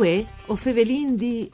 Uè, o Fevelin di...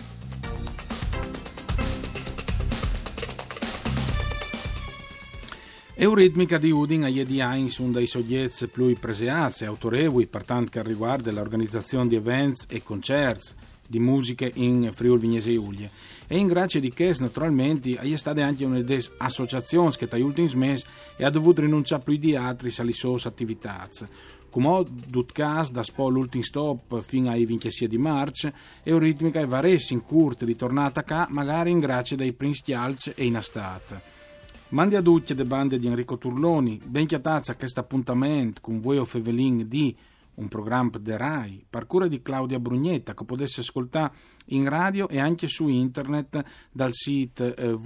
Euritmica di Udin a iedi Heinz un dei soggetti più preseati e autorevoli per tanto che riguarda l'organizzazione di eventi e concerti di musiche in Friuli Vignese Giulia. E in grazia di questo, naturalmente, è stata anche una delle associazioni che negli ultimi mesi ha dovuto rinunciare più di altri alle sue attività. Come dut caso, da spo l'ultimo stop fino ai 26 di marzo, Euritmica è varesi in curte ritornata qua, magari in grazia dei Prince Alz e in estate. Mandi a tutti le bande di Enrico Turloni, ben chiatazza a questo appuntamento con voi o Fevelin di un programma de Rai, per cura di Claudia Brugnetta, che potesse ascoltare in radio e anche su internet dal sito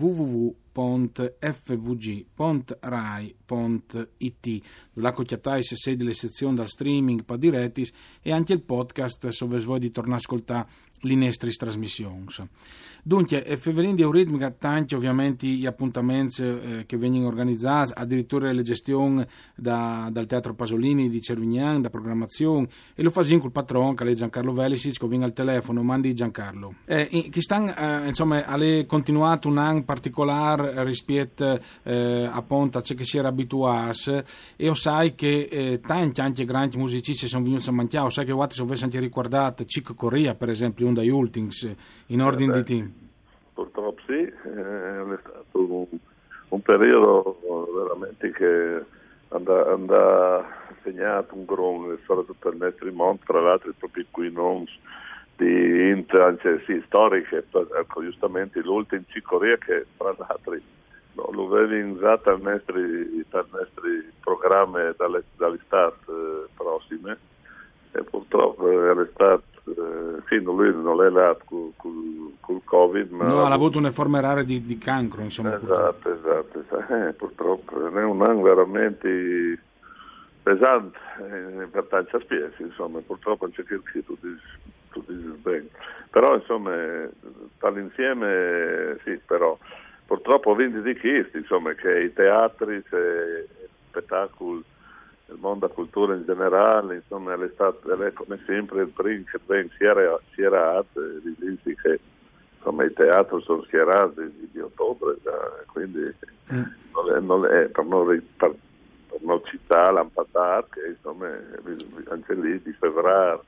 www.fvg.rai.it, dove chiatai se sei delle sezioni dal streaming per direttis e anche il podcast se vuoi di tornare a ascoltare le nostre trasmissioni. Dunque, Fevelin di Euritmica, tanti ovviamente gli appuntamenti che vengono organizzati, addirittura le gestioni dal Teatro Pasolini di Cervignan, da programmazione, e lo fa col patron, che è Giancarlo Velisic, che viene al telefono, mandi Giancarlo. Chi sta, insomma, ha continuato un anno particolare rispetto appunto a ciò che si era abituato, e io sai che tanti anche grandi musicisti sono venuti a mangiare, sai che Wattis avesse anche ricordato Chico Corea, per esempio, un dei ultimi, in ordine di team. Purtroppo sì, è stato un periodo veramente che andà segnato un grande storia tutto il nostro mondo, tra l'altro proprio qui non di anche sì, storiche, ecco, giustamente l'ultimo in Corea che tra l'altro lo vedi usato al nostri programmi dall'estate prossime, e purtroppo l'estate sì, lui non è nato col Covid, ma no, ha avuto una forma rara di cancro, insomma. Esatto. Purtroppo è un anno veramente pesante per tanti aspetti, insomma, purtroppo non c'è che tu dici bene. Però, insomma, dall'insieme sì, però purtroppo vinti di chiesti, insomma, che i teatri, i spettacoli, il mondo della cultura in generale, insomma, è come sempre il primo che ben si era dici che insomma i teatri sono schierati di ottobre, quindi non è per non citare l'Ampatar, che insomma anche lì di febbraio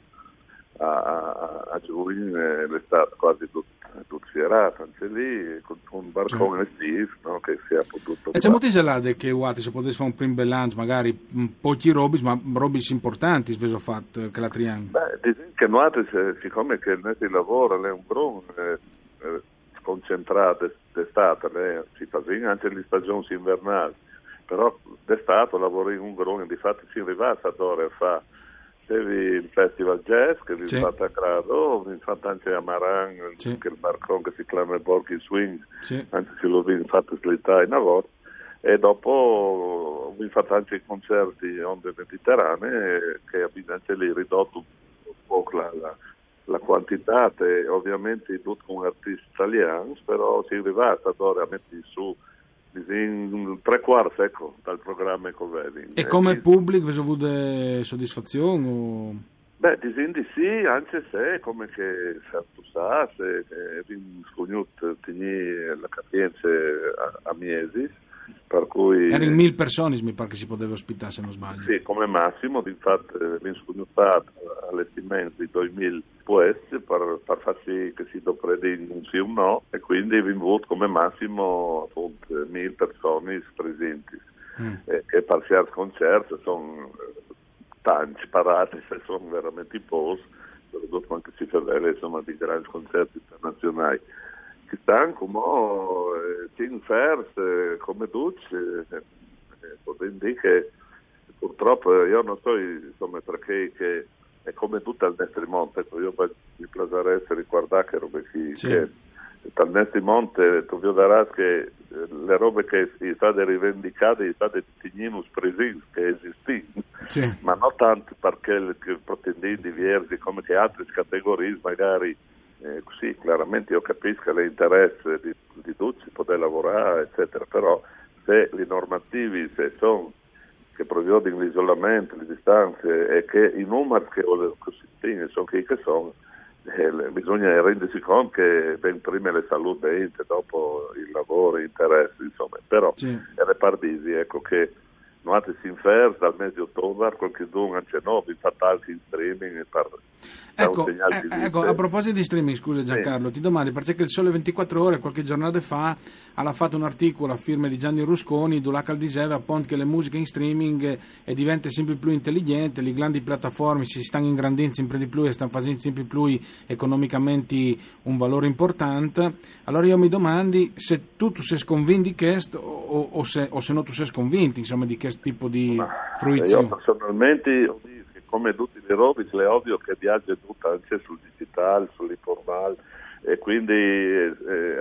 a giugno l'estate quasi tutto schierato, anche lì con un barcone estivo, no, che si è potuto e c'è molti gelate che se potesse fare un primo bilancio, magari pochi robis, ma robis importanti sveso fatto che la triangolo. Beh, che noi siccome che il nostro lavoro è un grande concentrato d'estate, si fa anche le stagioni invernali, però d'estate lavoro in un grande, di fatto si arriva a ore fa il festival jazz che vi fate a Grado, vi fate anche a Maran, che il barcone che si chiama Borghi Swing, anche se lo vi fate slittare in lavoro, e dopo vi fate anche i concerti onde mediterranee che anche lì ridotto un po' la quantità, e ovviamente tutto con artisti italiani, però si arriva a mettere su in tre quarti, ecco, dal programma Ecovedi. E come pubblico vi avuto soddisfazione? O? Beh, disin di sì, anche se come che tu sa, se vi scognut tegni la capienza a mesi, per cui erano 1000 persone, mi pare che si poteva ospitare, se non sbaglio. Sì, come massimo, infatti vi scognutato allestimento di 2000 puesti per far sì che si dopredi un sì o un no, e quindi vi avuto come massimo appunto 1000 persone presenti, che per certi concerti sono tanti parati, sono veramente pochi, soprattutto anche si parla insomma di grandi concerti internazionali. Che stanno come Tim Fers, come tutti, posso dire che purtroppo io non so insomma perché che è come tutto il nostro monte, io mi piacerebbe ricordare che robe che dal nostro monte tu vedrai che le robe che sono state rivendicate sono state tenimus presenti, che esistono, ma non tanto perché pretendendi diversi come che altre categorie magari sì, chiaramente io capisco l'interesse di tutti poter lavorare, eccetera, però se i normativi se sono che prevedono l'isolamento, le distanze e che i numeri che si sono che sono, bisogna rendersi conto che ben prima le salute, dopo il lavoro, gli interessi, insomma, però sì. le pardisi, ecco che noi si infer dal mese di ottobre, qualche giorno anche no, vi fatto in streaming per ecco, a proposito di streaming, scusa Giancarlo, ti domandi perché il Sole 24 Ore qualche giornata fa ha fatto un articolo a firma di Gianni Rusconi dove diceva appunto che le musiche in streaming diventano sempre più intelligenti, le grandi piattaforme si stanno ingrandendo sempre di più e stanno facendo sempre più economicamente un valore importante. Allora io mi domandi se tu sei convinto di questo o se non tu sei convinto, insomma, di questo tipo di fruizione. Io personalmente, come tutti i robi, le ovvio che viaggia tutto anche sul digitale, sull'informale, e quindi e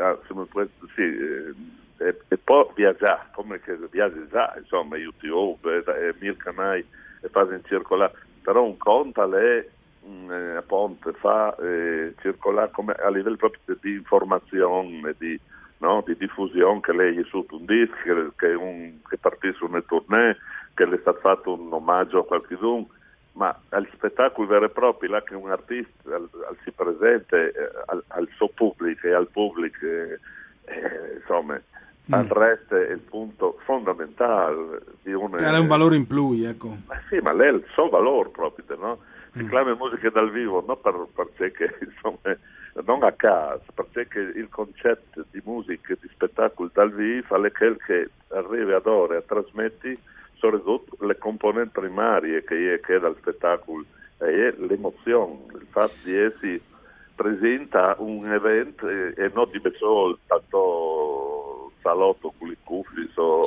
poi viaggiare, come che viaggia già, insomma, YouTube e mille canali e fanno circolare, però un conto è appunto fa circolare come a livello proprio di informazione, di diffusione, che lei è su un disco, che partisse una tournée, che le è stato fatto un omaggio a qualcuno, ma al spettacolo vero e proprio, là che un artista si presente al suo pubblico e al pubblico, insomma, al resto è il punto fondamentale di un... Che ha un valore in più, ecco. Ma sì, ma lei ha il suo valore proprio, no? Si chiama musica dal vivo, non perché insomma, non a caso, perché il concetto di musica, di spettacolo dal vivo, è quel che arriva ad ora e trasmetti soprattutto le componenti primarie che è dal spettacolo, è l'emozione, il fatto di essere presente a un evento e non di solo tanto salotto con i cuffi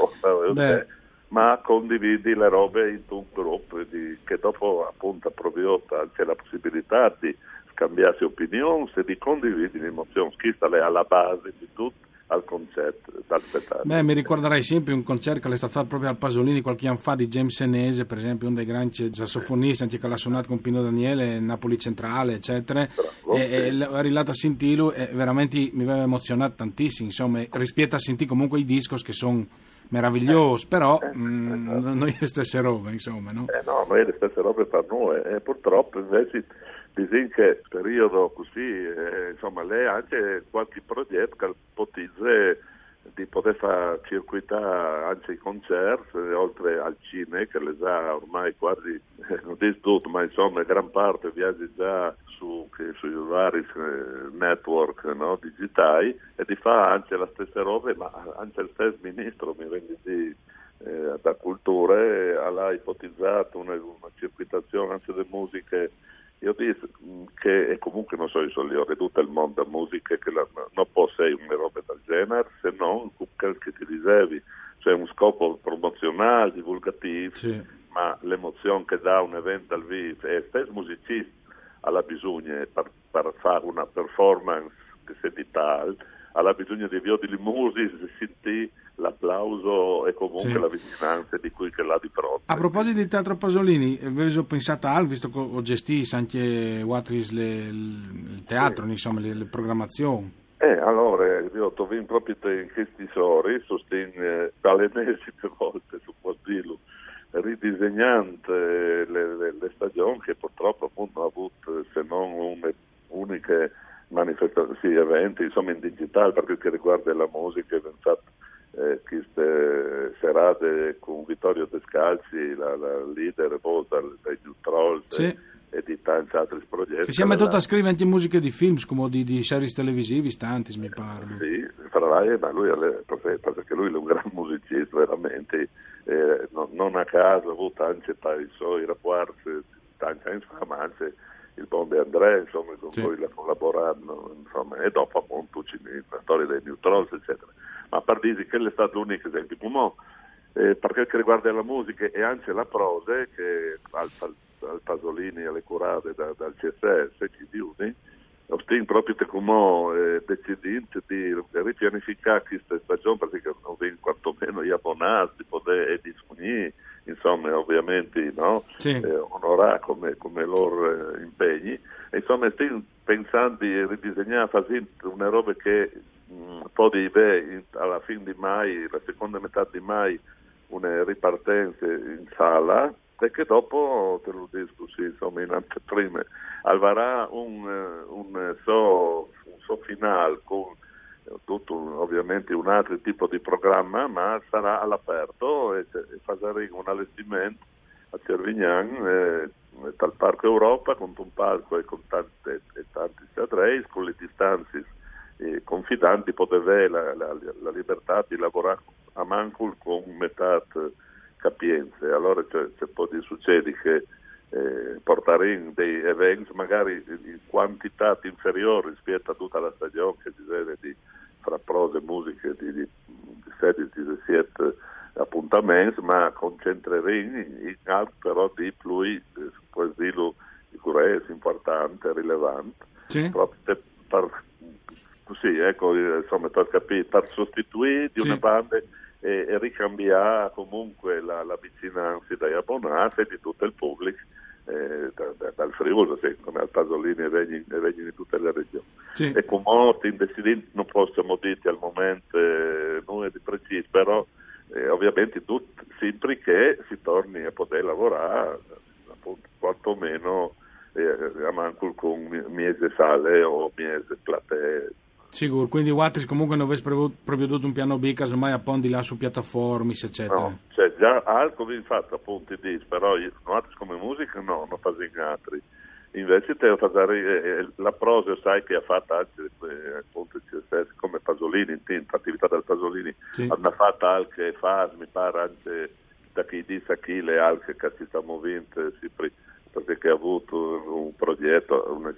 ma condividi le robe in un gruppo che dopo appunto proprio c'è la possibilità di scambiarsi opinioni e di condividere l'emozione, questa è alla base di tutto al concerto, dal spettacolo. Mi ricorderai sempre un concerto che è stato fatto proprio al Pasolini qualche anno fa di James Senese, per esempio, uno dei grandi sassofonisti, anche che l'ha suonato con Pino Daniele, Napoli Centrale, eccetera. E è arrivato a sentirlo e veramente mi aveva emozionato tantissimo, insomma, rispetto a sentire comunque i discos che sono meravigliosi, però noi le stesse robe, insomma, no? No, noi le stesse robe per noi, e purtroppo invece in che periodo così, insomma, lei ha anche qualche progetto che ipotizza di poter fare circuitare anche i concerti, oltre al cinema, che le già ormai quasi, non dico tutto, ma insomma gran parte viaggia già sui vari network, no, digitali, e di fare anche la stessa roba, ma anche il stesso ministro, mi rende di da cultura, ha ipotizzato una circuitazione anche delle musiche. Io dico che comunque non so, io tutto il mondo da musica che non può essere una roba del genere se non quel che ti dicevi, cioè un scopo promozionale, divulgativo, sì. Ma l'emozione che dà un evento al vivo e stesso musicista ha bisogno per fare una performance che sia di tal, ha bisogno di via di musica, di sentire l'applauso e comunque sì. La vicinanza di cui che l'ha di fronte. A proposito di Teatro Pasolini, avevo pensato visto che ho gestito anche il teatro, sì. Insomma, le programmazioni. Allora, io ho vinto proprio in questi giorni, sostengo dall'ennesime volte, su può dirlo, ridisegnando le stagioni che purtroppo appunto hanno avuto, se non uniche manifestazioni, eventi, insomma in digitale, per quel che riguarda la musica, infatti queste serate con Vittorio Descalzi, la leader dei New Trolls, sì. E di tanti altri progetti. Che si è messo a scrivere anche musiche di film, come di serie televisive, stanti, mi pare. Sì, ma lui perché lui è un gran musicista, veramente, non a caso ha avuto anche i suoi rapporti, tanti anni fa, ma anche il buon De André, insomma, con sì. Cui l'ha collaborato, insomma, e dopo appunto la storia dei New Trolls, eccetera. Ma per dire che è stato l'unico esempio. Per quel che riguarda la musica e anche la prosa, che al Pasolini alle curate dal CSS, che di uni, ostin proprio come decidente di ripianificare questa stagione, perché non vengono quantomeno gli abbonati, di poter dispunire, insomma, ovviamente, no? Sì. Onorare come loro impegni. E, insomma, stiamo pensando di ridisegnare, facendo una roba che poi alla fine di mai, la seconda metà di mai, una ripartenza in sala, e che dopo, te lo dico così, insomma, in anteprime, avrà un suo finale con tutto ovviamente un altro tipo di programma, ma sarà all'aperto e farà un allestimento a Cervignan dal Parco Europa con un palco e con tanti sadrei, con le distanze confidanti, poteva la libertà di lavorare a Mancul con metà capienze. Allora può succedere che portare in dei eventi magari in quantità inferiori rispetto a tutta la stagione che si vede fra prose e musiche di 16-17 appuntamenti, ma concentreremo in altro però di più poesia sicurezza importante, rilevante, sì. Proprio così, ecco, insomma, per capire, per sostituire di una banda e ricambiare comunque la vicinanza dei abbonati e di tutto il pubblico dal Friuli, come al Pasolini e regni di tutte le regioni. Sì. E come indecidenti non possiamo dire al momento nulla di preciso, però ovviamente sempre che si torni a poter lavorare appunto, quantomeno a Mancul con mese sale o mese platee. Sicuro, quindi Watris comunque non avesse provveduto un piano B casomai a pondi là su piattaforme, eccetera. No, cioè già altro infatti appunto però Watris come musica no, non facciamo altri. Invece te fare la prosa sai che ha fatto anche appunto come Pasolini, l'attività del Pasolini, sì. Hanno fatto anche fasi, mi pare anche da chi dice a chi le altre che si sta muovendo perché ha avuto un progetto, una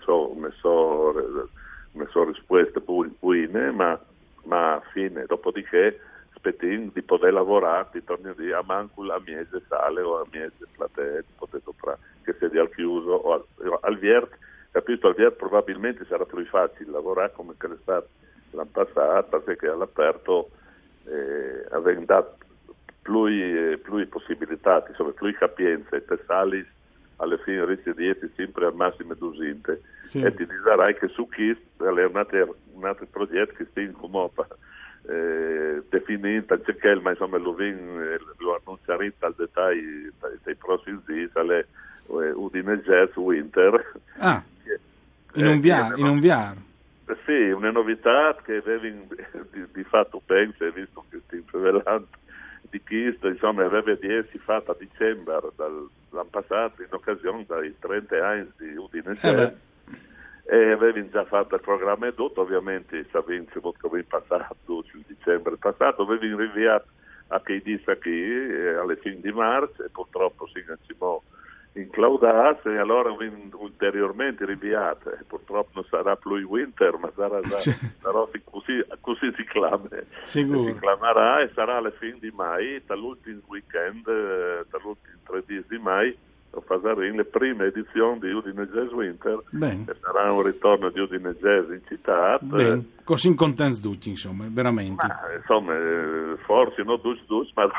sua risposta buone, ma a fine, dopodiché aspettando di poter lavorare, di tornare a Mancul a mese sale o a mese platee, di poter sopravvivere, che sia al chiuso o al Viert, capito? Al Viert probabilmente sarà più facile lavorare come che è stato l'anno passato, perché all'aperto avendo dato più possibilità, insomma, più capienze, per sali alle fine richiedete sempre al massimo 200 sì. E ti dirai che su chi è un altro progetto che sta in comopa definito anche ma insomma lo annuncerete al dettaglio dei prossimi giorni Udine Jazz Winter in un VR sì, una novità che di fatto penso, visto che stiamo rivelando di chi insomma aveva di essi fatta a dicembre dall'anno passato in occasione dei 30 anni di Udine Jazz e avevano già fatto il programma e tutto, ovviamente sapendo come è passato il dicembre passato, avevano rinviato a chi disse a chi alle fine di marzo e purtroppo si incancimò in claudasse e allora ulteriormente rinviato e purtroppo non sarà più il winter ma sarà così si clamerà e sarà alla fine di mai, dall'ultimo weekend, dall'ultimo 3 giorni di mai faremo le prime edizioni di Udine Jazz Winter e sarà un ritorno di Udine Jazz in città. Così contenti tutti, insomma, veramente. Ma, insomma, forse non tutti, ma...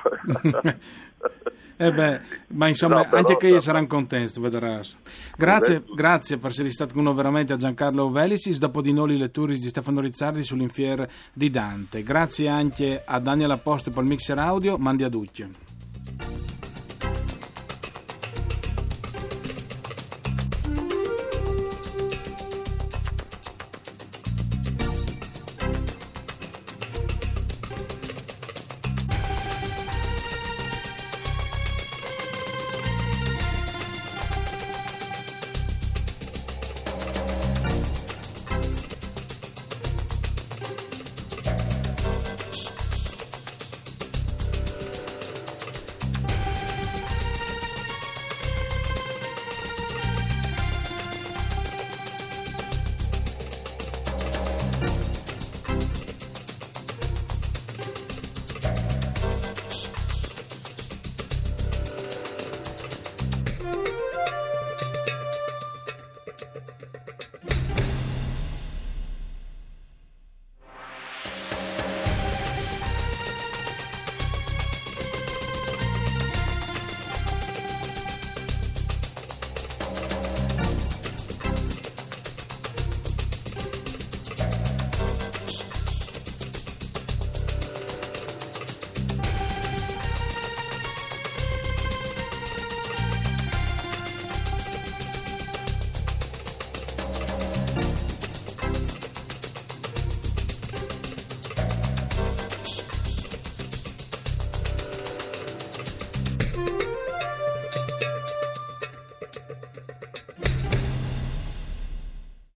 ma insomma, no, anche che saranno contenti, vedrai. Grazie per essere stato con noi veramente a Giancarlo Velicis, dopo di noi le letture di Stefano Rizzardi sull'Infier di Dante. Grazie anche a Daniel Apostolo per il mixer audio, mandi a Duccio.